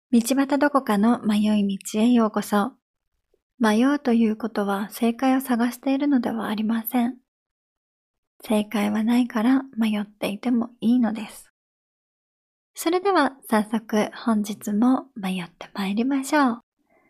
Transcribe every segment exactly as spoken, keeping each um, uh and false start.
道端どこかの迷い道へようこそ。迷うということは正解を探しているのではありません。正解はないから迷っていてもいいのです。それでは早速本日も迷ってまいりましょう。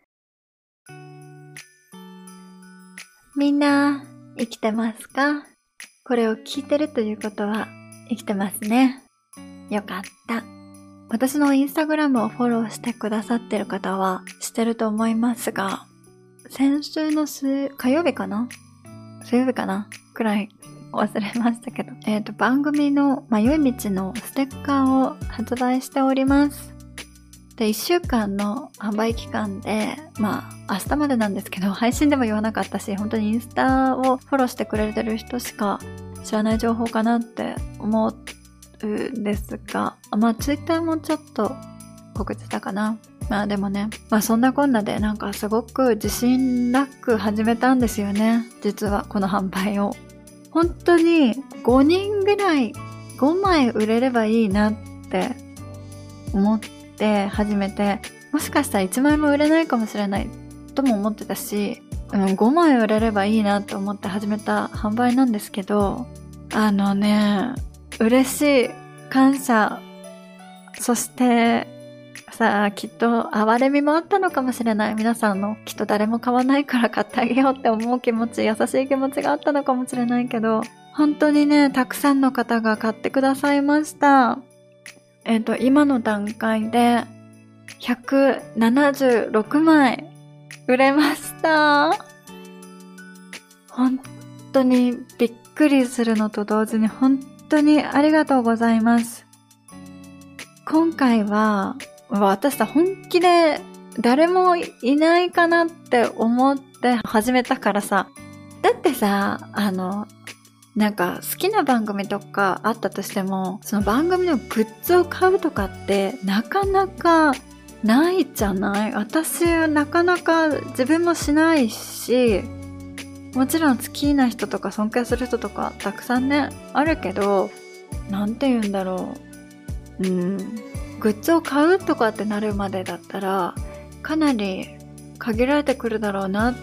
みんな生きてますか？これを聞いてるということは生きてますね。よかった。私のインスタグラムをフォローしてくださってる方は知ってると思いますが、先週の水火曜日かな水曜日かなくらい忘れましたけど、えっと、番組の迷い道のステッカーを発売しております。で、いっしゅうかんの販売期間で、まあ、明日までなんですけど、配信でも言わなかったし、本当にインスタをフォローしてくれてる人しか知らない情報かなって思うんですが、まあ、ツイッターもちょっと告知したかな。まあでもね、まあそんなこんなでなんかすごく自信なく始めたんですよね。実はこの販売を。本当にごにんぐらいごまい売れればいいなって思って始めて、もしかしたらいちまいも売れないかもしれないとも思ってたし、うん、ごまい売れればいいなと思って始めた販売なんですけど、あのね、嬉しい、感謝、そしてさあ、きっと哀れみもあったのかもしれない。皆さんのきっと誰も買わないから買ってあげようって思う気持ち、優しい気持ちがあったのかもしれないけど、本当にね、たくさんの方が買ってくださいました。えっと、今の段階でひゃくななじゅうろくまい売れました。本当にびっくりするのと同時に本当にありがとうございます。今回は私さ、本気で誰もいないかなって思って始めたからさ。だってさ、あの、なんか好きな番組とかあったとしても、その番組のグッズを買うとかってなかなかないじゃない？私なかなか自分もしないし、もちろん好きな人とか尊敬する人とかたくさんね、あるけど、なんて言うんだろう。うん。グッズを買うとかってなるまでだったらかなり限られてくるだろうなって、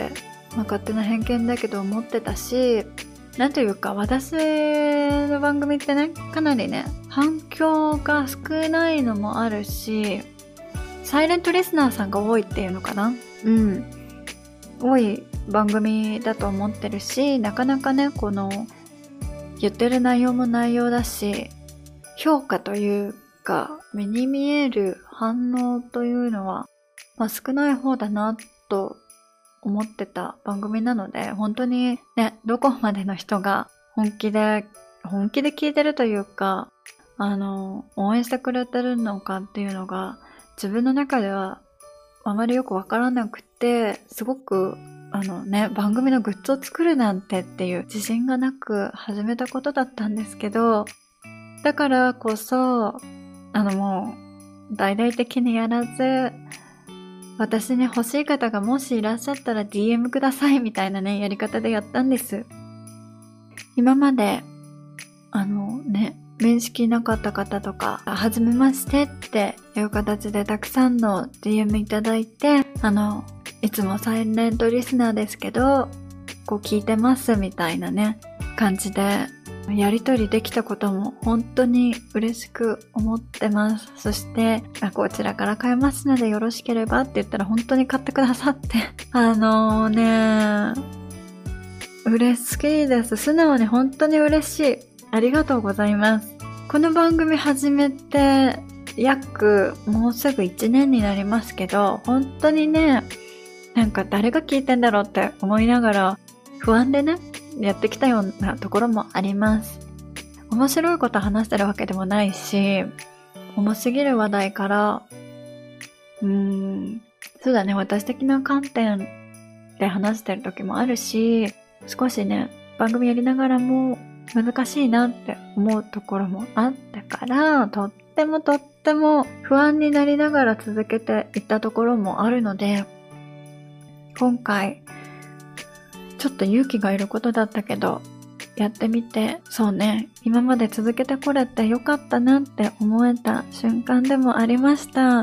まあ、勝手な偏見だけど思ってたし、なんというか私の番組ってね、かなりね反響が少ないのもあるし、サイレントリスナーさんが多いっていうのかな、うん多い番組だと思ってるし、なかなかねこの言ってる内容も内容だし、評価という目に見える反応というのは、まあ、少ない方だなと思ってた番組なので、本当にね、どこまでの人が本気で本気で聞いてるというか、あの応援してくれてるのかっていうのが自分の中ではあまりよくわからなくて、すごくあのね番組のグッズを作るなんてっていう自信がなく始めたことだったんですけど、だからこそあのもう大々的にやらず、私に欲しい方がもしいらっしゃったら ディーエム くださいみたいなねやり方でやったんです。今まであのね面識なかった方とか、はじめましてっていう形でたくさんの ディーエム いただいて、あのいつもサイレントリスナーですけどこう聞いてますみたいなね感じでやりとりできたことも本当に嬉しく思ってます。そしてこちらから買えますのでよろしければって言ったら本当に買ってくださってあのね嬉しいです。素直に本当に嬉しい。ありがとうございます。この番組始めて約もうすぐいちねんになりますけど、本当にねなんか誰が聞いてんだろうって思いながら不安でねやってきたようなところもあります。面白いこと話してるわけでもないし、重すぎる話題からうーんそうだね私的な観点で話してる時もあるし、少しね番組やりながらも難しいなって思うところもあったから、とってもとっても不安になりながら続けていったところもあるので、今回ちょっと勇気がいることだったけどやってみて、そうね今まで続けてこれてよかったなって思えた瞬間でもありました。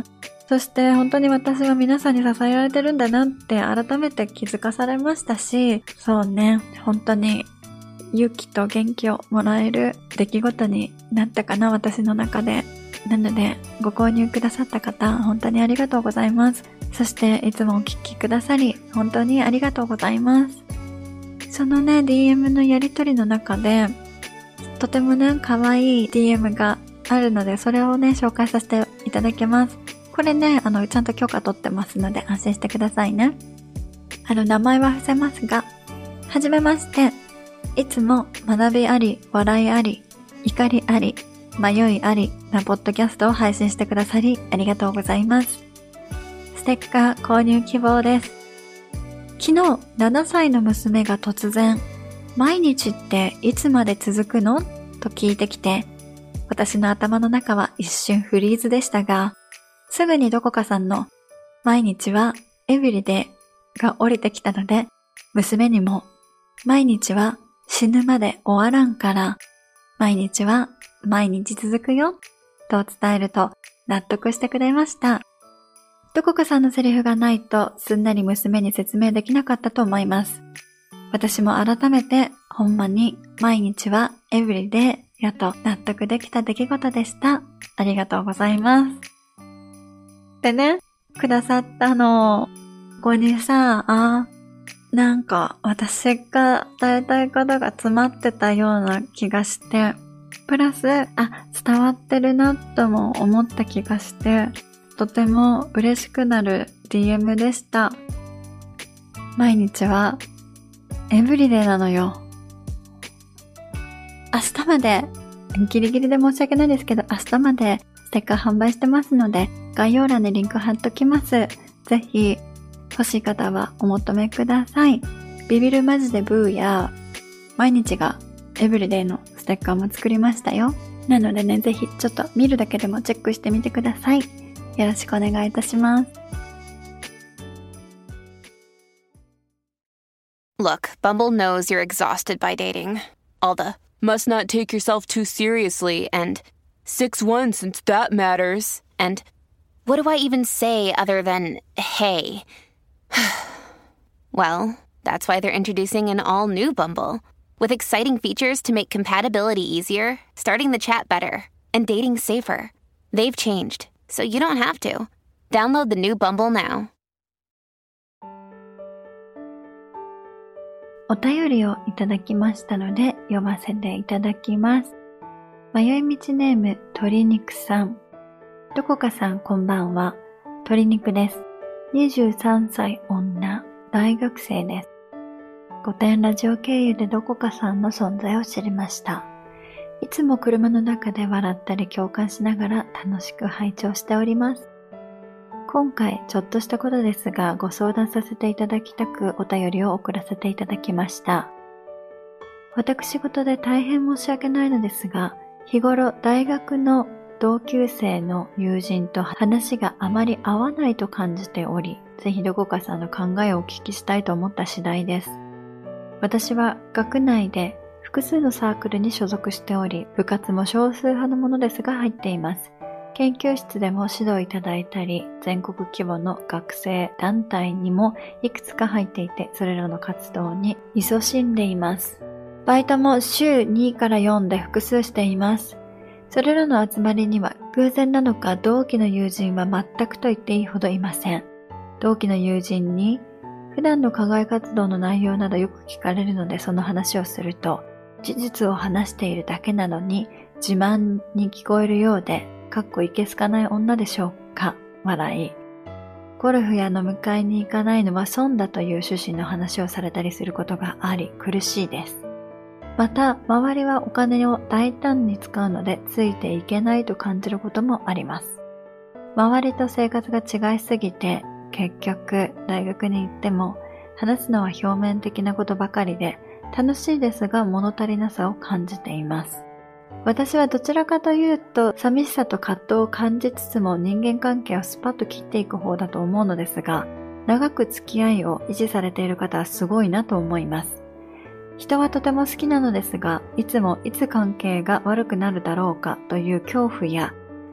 そして本当に私は皆さんに支えられてるんだなって改めて気づかされましたし、そうね、本当に勇気と元気をもらえる出来事になったかな、私の中で。なので、ご購入くださった方、本当にありがとうございます。そして、いつもお聞きくださり、本当にありがとうございます。そのね、ディーエム のやりとりの中で、とてもね、可愛い ディーエム があるので、それをね、紹介させていただきます。これね、あの、ちゃんと許可取ってますので、安心してくださいね。あの、名前は伏せますが、はじめまして。いつも学びあり、笑いあり、怒りあり、迷いありなポッドキャストを配信してくださりありがとうございます。ステッカー購入希望です。昨日ななさいの娘が突然、毎日っていつまで続くの？と聞いてきて、私の頭の中は一瞬フリーズでしたが、すぐにどこかさんの毎日はエブリデイが降りてきたので、娘にも毎日は死ぬまで終わらんから、毎日は毎日続くよ、と伝えると納得してくれました。どこかさんのセリフがないとすんなり娘に説明できなかったと思います。私も改めてほんまに毎日はエブリデイやと納得できた出来事でした。ありがとうございます。でね、くださったの、ここにさ、あ、なんか私が伝えたいことが詰まってたような気がして、プラス、あ、伝わってるなとも思った気がして、とても嬉しくなる ディーエム でした。毎日はエブリデイなのよ。明日まで、ギリギリで申し訳ないですけど、明日までステッカー販売してますので、概要欄にリンク貼っときます。ぜひ、欲しい方はお求めください。ビビるマジでブーや、毎日がエブリデイのステッカーも作りましたよ。なのでね、ぜひちょっと見るだけでもチェックしてみてください。よろしくお願いいたします。 Look, Bumble knows you're exhausted by dating. All the must not take yourself too seriously and six one since that matters. And what do I even say other than hey? Well, that's why they're introducing an all-new Bumble with exciting features to make compatibility easier, starting the chat better, and dating safer. They've changed, so you don't have to. Download the new Bumble now. お便りをいただきましたので読ませていただきます。迷い道ネーム鶏肉さん。どこかさんこんばんは。鶏肉です。にじゅうさんさい女、大学生です。御殿ラジオ経由でどこかさんの存在を知りました。いつも車の中で笑ったり共感しながら楽しく拝聴しております。今回ちょっとしたことですがご相談させていただきたくお便りを送らせていただきました。私事で大変申し訳ないのですが、日頃大学の同級生の友人と話があまり合わないと感じており、ぜひどこかさんの考えをお聞きしたいと思った次第です。私は学内で複数のサークルに所属しており、部活も少数派のものですが入っています。研究室でも指導いただいたり、全国規模の学生団体にもいくつか入っていて、それらの活動に勤しんでいます。バイトも週にからよんで複数しています。それらの集まりには偶然なのか同期の友人は全くと言っていいほどいません。同期の友人に普段の課外活動の内容などよく聞かれるのでその話をすると、事実を話しているだけなのに自慢に聞こえるようで、かっこいけすかない女でしょうか、笑い。ゴルフや飲み会に行かないのは損だという趣旨の話をされたりすることがあり苦しいです。また、周りはお金を大胆に使うのでついていけないと感じることもあります。周りと生活が違いすぎて、結局大学に行っても話すのは表面的なことばかりで、楽しいですが物足りなさを感じています。私はどちらかというと寂しさと葛藤を感じつつも人間関係をスパッと切っていく方だと思うのですが、長く付き合いを維持されている方はすごいなと思います。人はとても好きなのですが、いつもいつ関係が悪くなるだろうかという恐怖や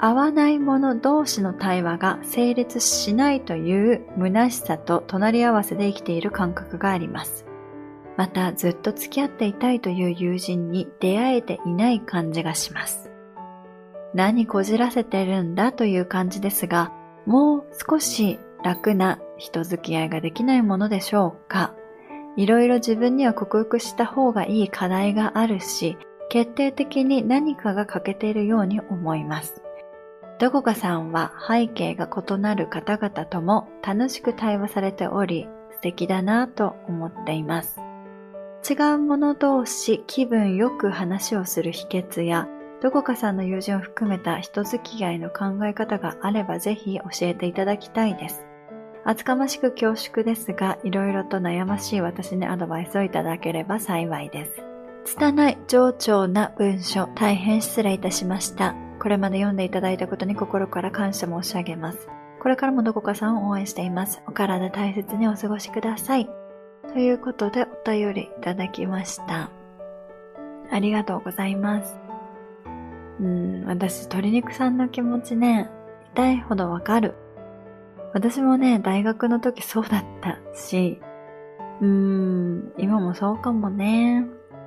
合わない者同士の対話が成立しないという虚しさと隣り合わせで生きている感覚があります。また、ずっと付き合っていたいという友人に出会えていない感じがします。何こじらせてるんだという感じですが、もう少し楽な人付き合いができないものでしょうか。いろいろ自分には克服した方がいい課題があるし、決定的に何かが欠けているように思います。どこかさんは背景が異なる方々とも楽しく対話されており、素敵だなと思っています。違う者同士気分よく話をする秘訣や、どこかさんの友人を含めた人付き合いの考え方があればぜひ教えていただきたいです。厚かましく恐縮ですが、いろいろと悩ましい私にアドバイスをいただければ幸いです。拙い冗長な文章、大変失礼いたしました。これまで読んでいただいたことに心から感謝申し上げます。これからもどこかさんを応援しています。お体大切にお過ごしください。ということでお便りいただきました。ありがとうございます。うん、私、鶏肉さんの気持ちね、痛いほどわかる。私もね、大学の時そうだったし、うーん、今もそうかもね。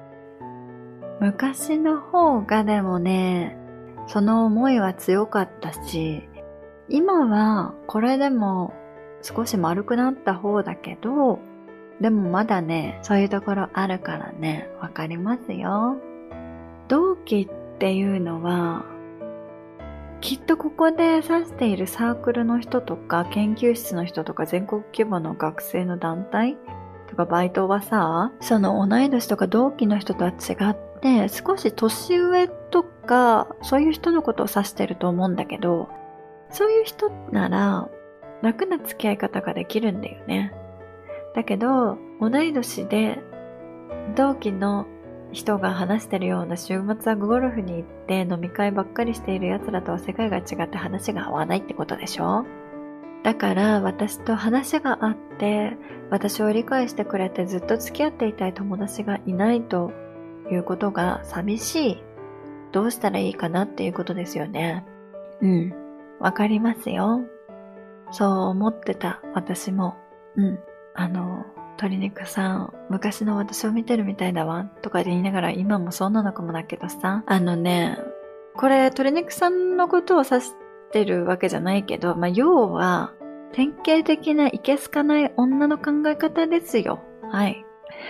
昔の方がでもね、その思いは強かったし、今はこれでも少し丸くなった方だけど、でもまだね、そういうところあるからね、わかりますよ。同期っていうのは、きっとここで指しているサークルの人とか研究室の人とか全国規模の学生の団体とかバイトはさ、その同い年とか同期の人とは違って少し年上とかそういう人のことを指してると思うんだけど、そういう人なら楽な付き合い方ができるんだよね。だけど同い年で同期の人が話してるような週末はゴルフに行って飲み会ばっかりしている奴らとは世界が違って話が合わないってことでしょ？だから私と話があって私を理解してくれてずっと付き合っていたい友達がいないということが寂しい。どうしたらいいかなっていうことですよね。うん。わかりますよ。そう思ってた私も。うん。あの、鶏肉さん、昔の私を見てるみたいだわ、とかで言いながら今もそうなのかもだけどさ、あのね、これ鶏肉さんのことを指してるわけじゃないけど、まあ、要は、典型的ないけすかない女の考え方ですよ。はい。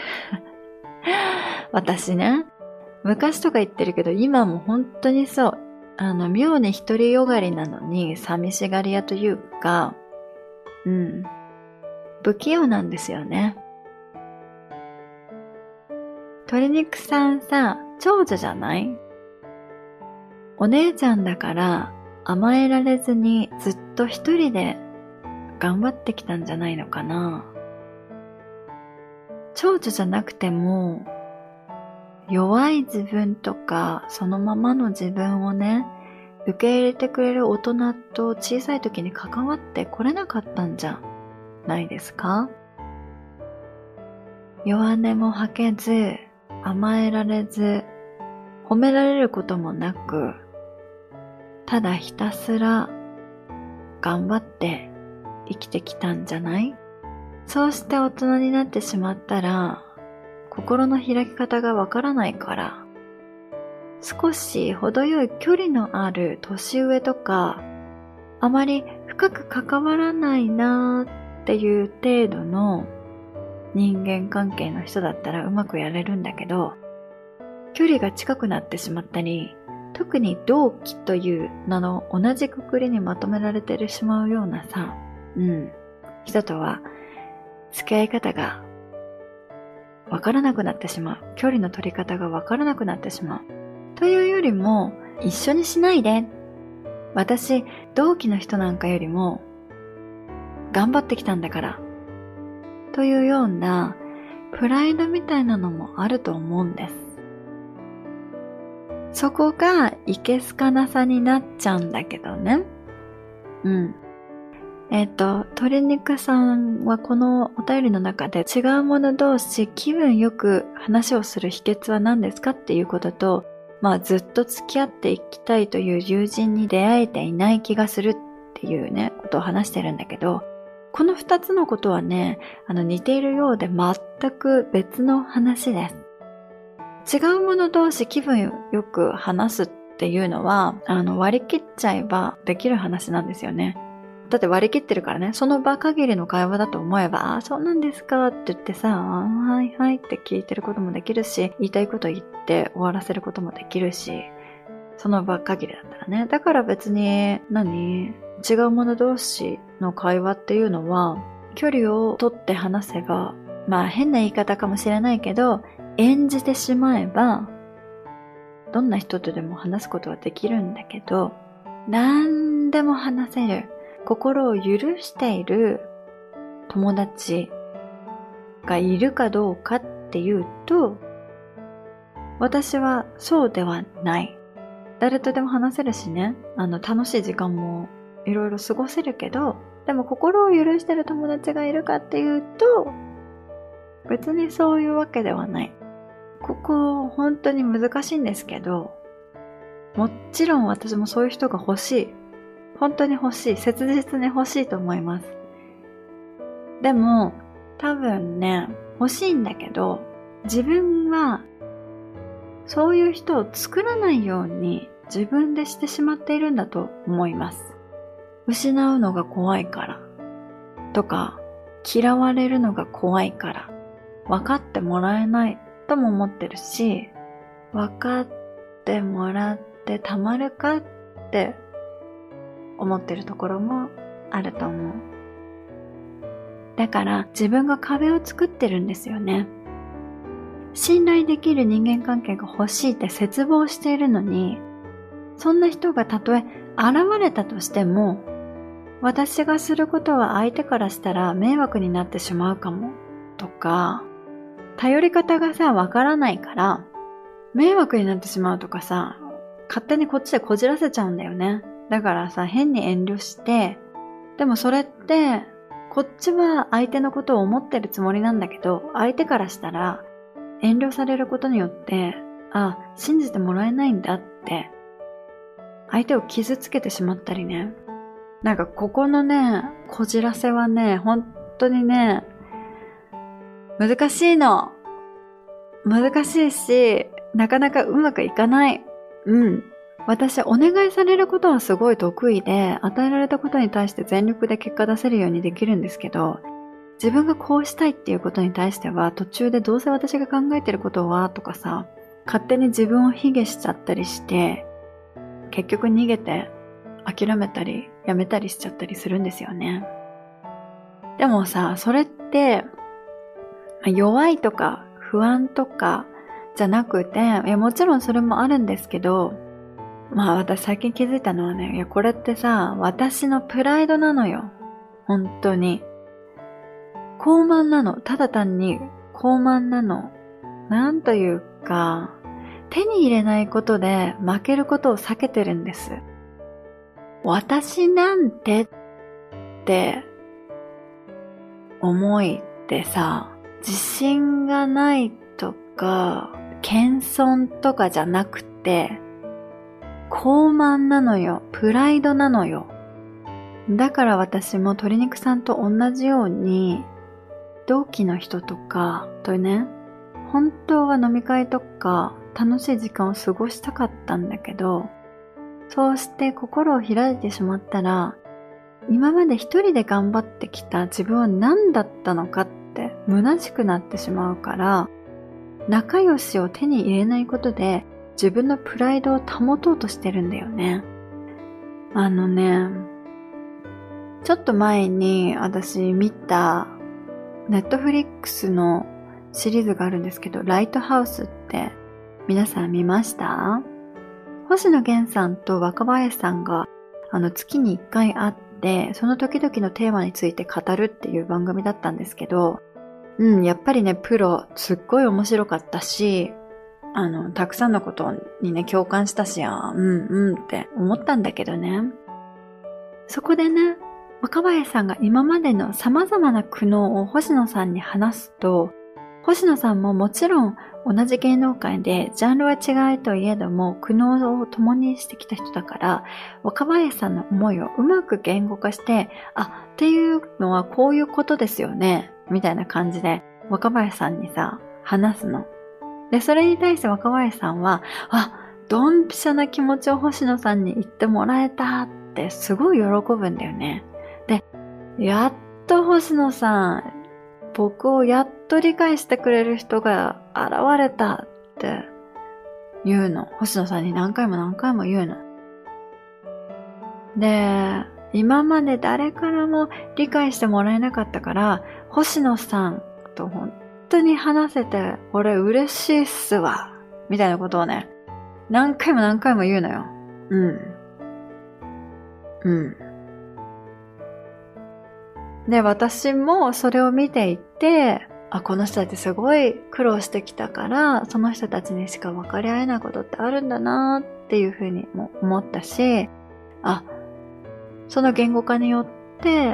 私ね、昔とか言ってるけど、今も本当にそう、あの、妙に独りよがりなのに寂しがり屋というか、うん。不器用なんですよね。鶏肉さんさ、長女じゃない？お姉ちゃんだから甘えられずにずっと一人で頑張ってきたんじゃないのかな。長女じゃなくても弱い自分とかそのままの自分をね、受け入れてくれる大人と小さい時に関わってこれなかったんじゃないですか？弱音も吐けず、甘えられず、褒められることもなく、ただひたすら頑張って生きてきたんじゃない？そうして大人になってしまったら、心の開き方がわからないから、少し程よい距離のある年上とか、あまり深く関わらないなーっていう程度の人間関係の人だったらうまくやれるんだけど、距離が近くなってしまったり、特に同期という名の同じくくりにまとめられてしまうようなさ、うん、人とは付き合い方がわからなくなってしまう。距離の取り方がわからなくなってしまう。というよりも、一緒にしないで。私、同期の人なんかよりも頑張ってきたんだから。というようなプライドみたいなのもあると思うんです。そこがいけすかなさになっちゃうんだけどね。うん。えっと、鶏肉さんはこのお便りの中で違う者同士気分よく話をする秘訣は何ですかっていうことと、 まあずっと付き合っていきたいという友人に出会えていない気がするっていうね、ことを話してるんだけど、この二つのことはね、あの似ているようで全く別の話です。違う者同士気分よく話すっていうのは、あの割り切っちゃえばできる話なんですよね。だって割り切ってるからね、その場限りの会話だと思えば、あ、そうなんですかって言ってさ、はいはいって聞いてることもできるし、言いたいこと言って終わらせることもできるし、その場限りだったらね。だから別に、何？違う者同士の会話っていうのは、距離を取って話せば、まあ変な言い方かもしれないけど、演じてしまえば、どんな人とでも話すことはできるんだけど、何でも話せる、心を許している友達がいるかどうかっていうと、私はそうではない。誰とでも話せるしね、あの楽しい時間もいろいろ過ごせるけど、でも心を許してる友達がいるかっていうと、別にそういうわけではない。ここ本当に難しいんですけど、もちろん私もそういう人が欲しい。本当に欲しい。切実に欲しいと思います。でも、多分ね、欲しいんだけど、自分はそういう人を作らないように自分でしてしまっているんだと思います。失うのが怖いからとか、嫌われるのが怖いから分かってもらえないとも思ってるし、分かってもらってたまるかって思ってるところもあると思う。だから自分が壁を作ってるんですよね。信頼できる人間関係が欲しいって切望しているのに、そんな人がたとえ現れたとしても、私がすることは相手からしたら迷惑になってしまうかもとか、頼り方がさ、わからないから迷惑になってしまうとかさ、勝手にこっちでこじらせちゃうんだよね。だからさ、変に遠慮して、でもそれってこっちは相手のことを思ってるつもりなんだけど、相手からしたら遠慮されることによって、あ、信じてもらえないんだって相手を傷つけてしまったりね。なんかここのね、こじらせはね、本当にね、難しいの。難しいし、なかなかうまくいかない。うん。私、お願いされることはすごい得意で、与えられたことに対して全力で結果出せるようにできるんですけど、自分がこうしたいっていうことに対しては、途中でどうせ私が考えてることはとかさ、勝手に自分を卑下しちゃったりして、結局逃げて諦めたりやめたりしちゃったりするんですよね。でもさ、それって弱いとか不安とかじゃなくて、いやもちろんそれもあるんですけど、まあ私最近気づいたのはね、いやこれってさ、私のプライドなのよ。本当に。高慢なの。ただ単に高慢なの。なんというか、手に入れないことで負けることを避けてるんです。私なんてって思いってさ、自信がないとか謙遜とかじゃなくて高慢なのよ。プライドなのよ。だから私も鶏肉さんと同じように同期の人とかとね、本当は飲み会とか楽しい時間を過ごしたかったんだけど、そうして心を開いてしまったら、今まで一人で頑張ってきた自分は何だったのかって虚しくなってしまうから、仲良しを手に入れないことで自分のプライドを保とうとしてるんだよね。あのね、ちょっと前に私見たネットフリックスのシリーズがあるんですけど、ライトハウスって皆さん見ました？星野源さんと若林さんがあの月にいっかい会って、その時々のテーマについて語るっていう番組だったんですけど、うん、やっぱりね、プロすっごい面白かったし、あの、たくさんのことにね、共感したし、あ、うんうんって思ったんだけどね。そこでね、若林さんが今までの様々な苦悩を星野さんに話すと、星野さんももちろん同じ芸能界でジャンルは違いといえども苦悩を共にしてきた人だから、若林さんの思いをうまく言語化して、あ、っていうのはこういうことですよね、みたいな感じで若林さんにさ、話すの。で、それに対して若林さんは、あ、ドンピシャな気持ちを星野さんに言ってもらえたってすごい喜ぶんだよね。で、やっと星野さん、僕をやっと理解してくれる人が現れたって言うの。星野さんに何回も何回も言うの。で、今まで誰からも理解してもらえなかったから、星野さんと本当に話せて、俺嬉しいっすわ。みたいなことをね、何回も何回も言うのよ。うん。うん。で、私もそれを見ていて、あ、この人たちすごい苦労してきたから、その人たちにしか分かり合えないことってあるんだなっていうふうにも思ったし、あ、その言語化によって、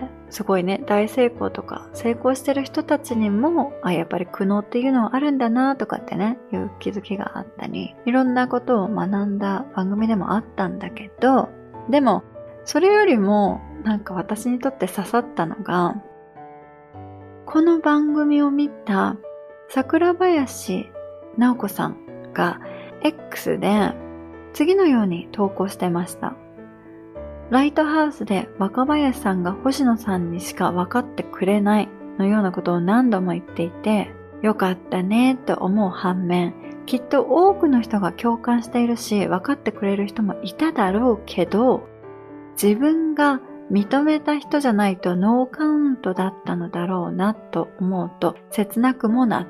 すごいね、大成功とか成功してる人たちにも、あ、やっぱり苦悩っていうのはあるんだなとかってね、いう気づきがあったり、いろんなことを学んだ番組でもあったんだけど、でも、それよりも、なんか私にとって刺さったのが、この番組を見た桜林直子さんが X で次のように投稿してました。ライトハウスで若林さんが星野さんにしか分かってくれないのようなことを何度も言っていて、よかったねと思う反面、きっと多くの人が共感しているし分かってくれる人もいただろうけど、自分が認めた人じゃないとノーカウントだったのだろうなと思うと切なくもなった。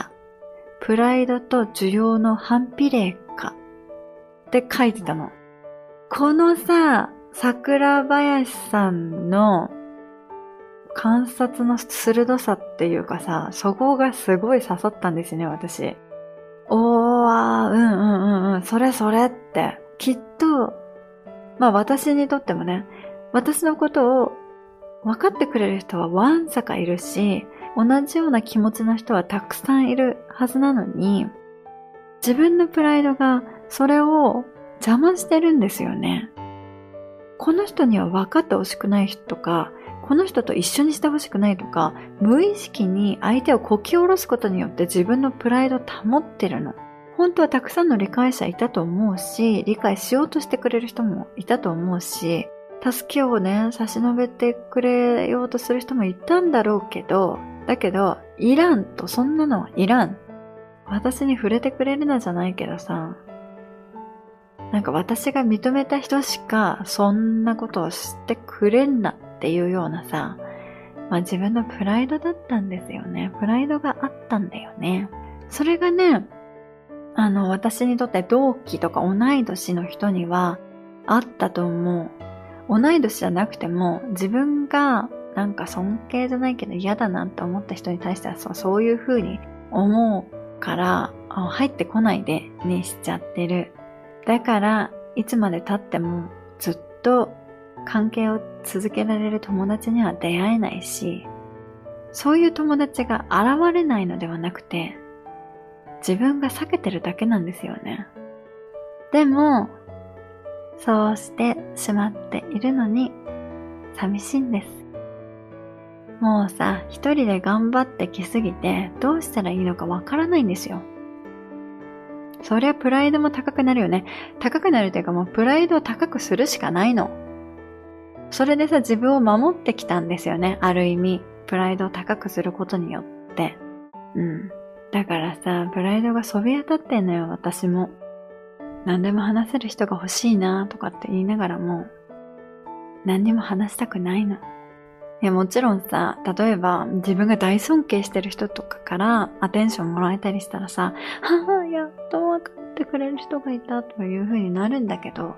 プライドと需要の反比例かって書いてたの。このさ、桜林さんの観察の鋭さっていうかさ、そこがすごい刺さったんですね、私。おー、あー、うんうんうんうん、それそれって。きっと、まあ私にとってもね、私のことを分かってくれる人はわんさかいるし、同じような気持ちの人はたくさんいるはずなのに、自分のプライドがそれを邪魔してるんですよね。この人には分かってほしくない人とか、この人と一緒にしてほしくないとか、無意識に相手をこき下ろすことによって自分のプライドを保ってるの。本当はたくさんの理解者いたと思うし、理解しようとしてくれる人もいたと思うし、助けをね、差し伸べてくれようとする人もいたんだろうけど、だけど、いらんと、そんなのはいらん。私に触れてくれるのじゃないけどさ、なんか私が認めた人しかそんなことを知ってくれんなっていうようなさ、まあ自分のプライドだったんですよね。プライドがあったんだよね。それがね、あの、私にとって同期とか同い年の人にはあったと思う。同い年じゃなくても自分がなんか尊敬じゃないけど嫌だなって思った人に対してはそう、そういう風に思うから入ってこないでにしちゃってる。だからいつまで経ってもずっと関係を続けられる友達には出会えないし、そういう友達が現れないのではなくて自分が避けてるだけなんですよね。でもそうしてしまっているのに寂しいんです。もうさ、一人で頑張ってきすぎてどうしたらいいのかわからないんですよ。そりゃプライドも高くなるよね。高くなるというかもうプライドを高くするしかないの。それでさ、自分を守ってきたんですよね。ある意味、プライドを高くすることによって。うん。だからさ、プライドがそびえ立ってんのよ、私も。何でも話せる人が欲しいなとかって言いながらも、何にも話したくないの。いや、もちろんさ、例えば自分が大尊敬してる人とかからアテンションもらえたりしたらさ、はぁ、やっと分かってくれる人がいたという風になるんだけど、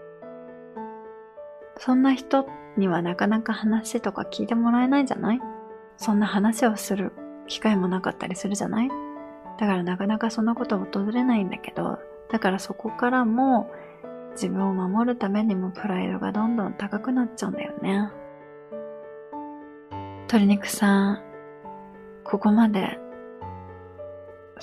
そんな人にはなかなか話とか聞いてもらえないじゃない？そんな話をする機会もなかったりするじゃない？だからなかなかそんなこと訪れないんだけど、だからそこからも自分を守るためにもプライドがどんどん高くなっちゃうんだよね。鶏肉さん、ここまですっ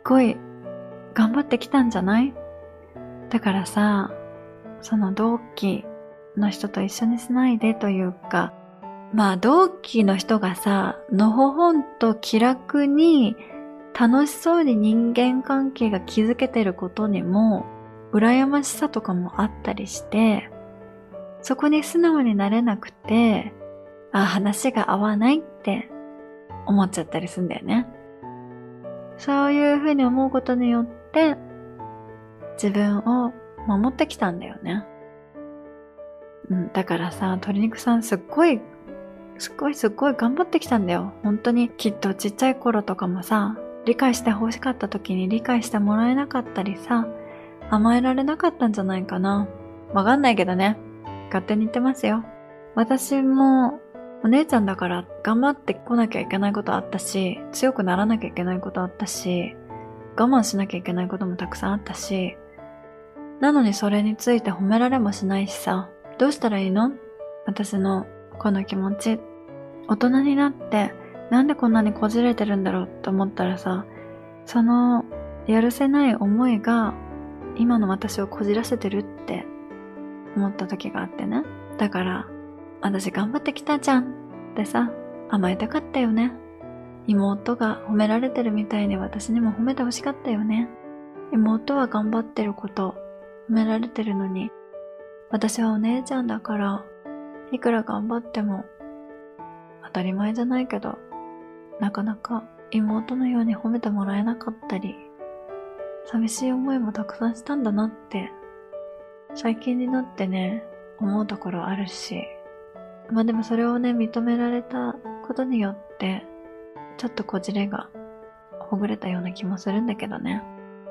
ごい頑張ってきたんじゃない？だからさ、その同期の人と一緒にしないでというか、まあ同期の人がさ、のほほんと気楽に楽しそうに人間関係が築けてることにも羨ましさとかもあったりして、そこに素直になれなくて、あ、話が合わないって思っちゃったりするんだよね。そういうふうに思うことによって自分を守ってきたんだよね。うん、だからさ、鶏肉さんすっごいすっごいすっごい頑張ってきたんだよ。本当にきっとちっちゃい頃とかもさ、理解して欲しかった時に理解してもらえなかったりさ、甘えられなかったんじゃないかな。わかんないけどね。勝手に言ってますよ。私もお姉ちゃんだから頑張ってこなきゃいけないことあったし、強くならなきゃいけないことあったし、我慢しなきゃいけないこともたくさんあったし、なのにそれについて褒められもしないしさ、どうしたらいいの？私のこの気持ち。大人になってなんでこんなにこじれてるんだろうと思ったらさ、そのやるせない思いが今の私をこじらせてるって思った時があってね。だから私頑張ってきたじゃんってさ、甘えたかったよね。妹が褒められてるみたいに私にも褒めてほしかったよね。妹は頑張ってること褒められてるのに、私はお姉ちゃんだからいくら頑張っても当たり前じゃないけど、なかなか妹のように褒めてもらえなかったり、寂しい思いもたくさんしたんだなって最近になってね、思うところあるし、まあでもそれをね、認められたことによってちょっとこじれがほぐれたような気もするんだけどね。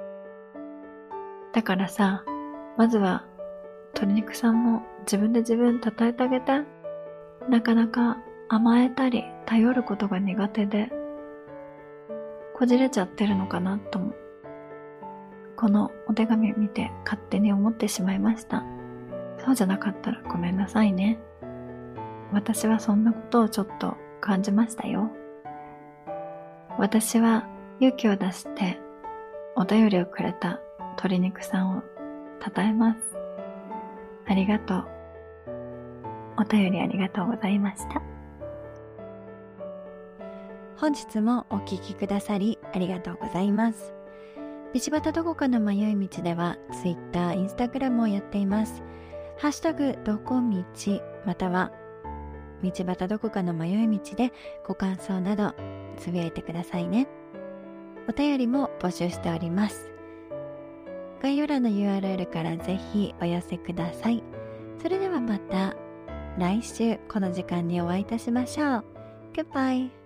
だからさ、まずは鶏肉さんも自分で自分叩いてあげて。なかなか甘えたり頼ることが苦手でこじれちゃってるのかなとも、このお手紙見て勝手に思ってしまいました。そうじゃなかったらごめんなさいね。私はそんなことをちょっと感じましたよ。私は勇気を出してお便りをくれた鶏肉さんを称えます。ありがとう。お便りありがとうございました。 本日もお聞きくださりありがとうございます。道端どこかの迷い道では Twitter、Instagram をやっています。ハッシュタグどこみちまたは道端どこかの迷い道でご感想などつぶやいてくださいね。お便りも募集しております。概要欄の ユーアールエル からぜひお寄せください。それではまた来週この時間にお会いいたしましょう。Goodbye.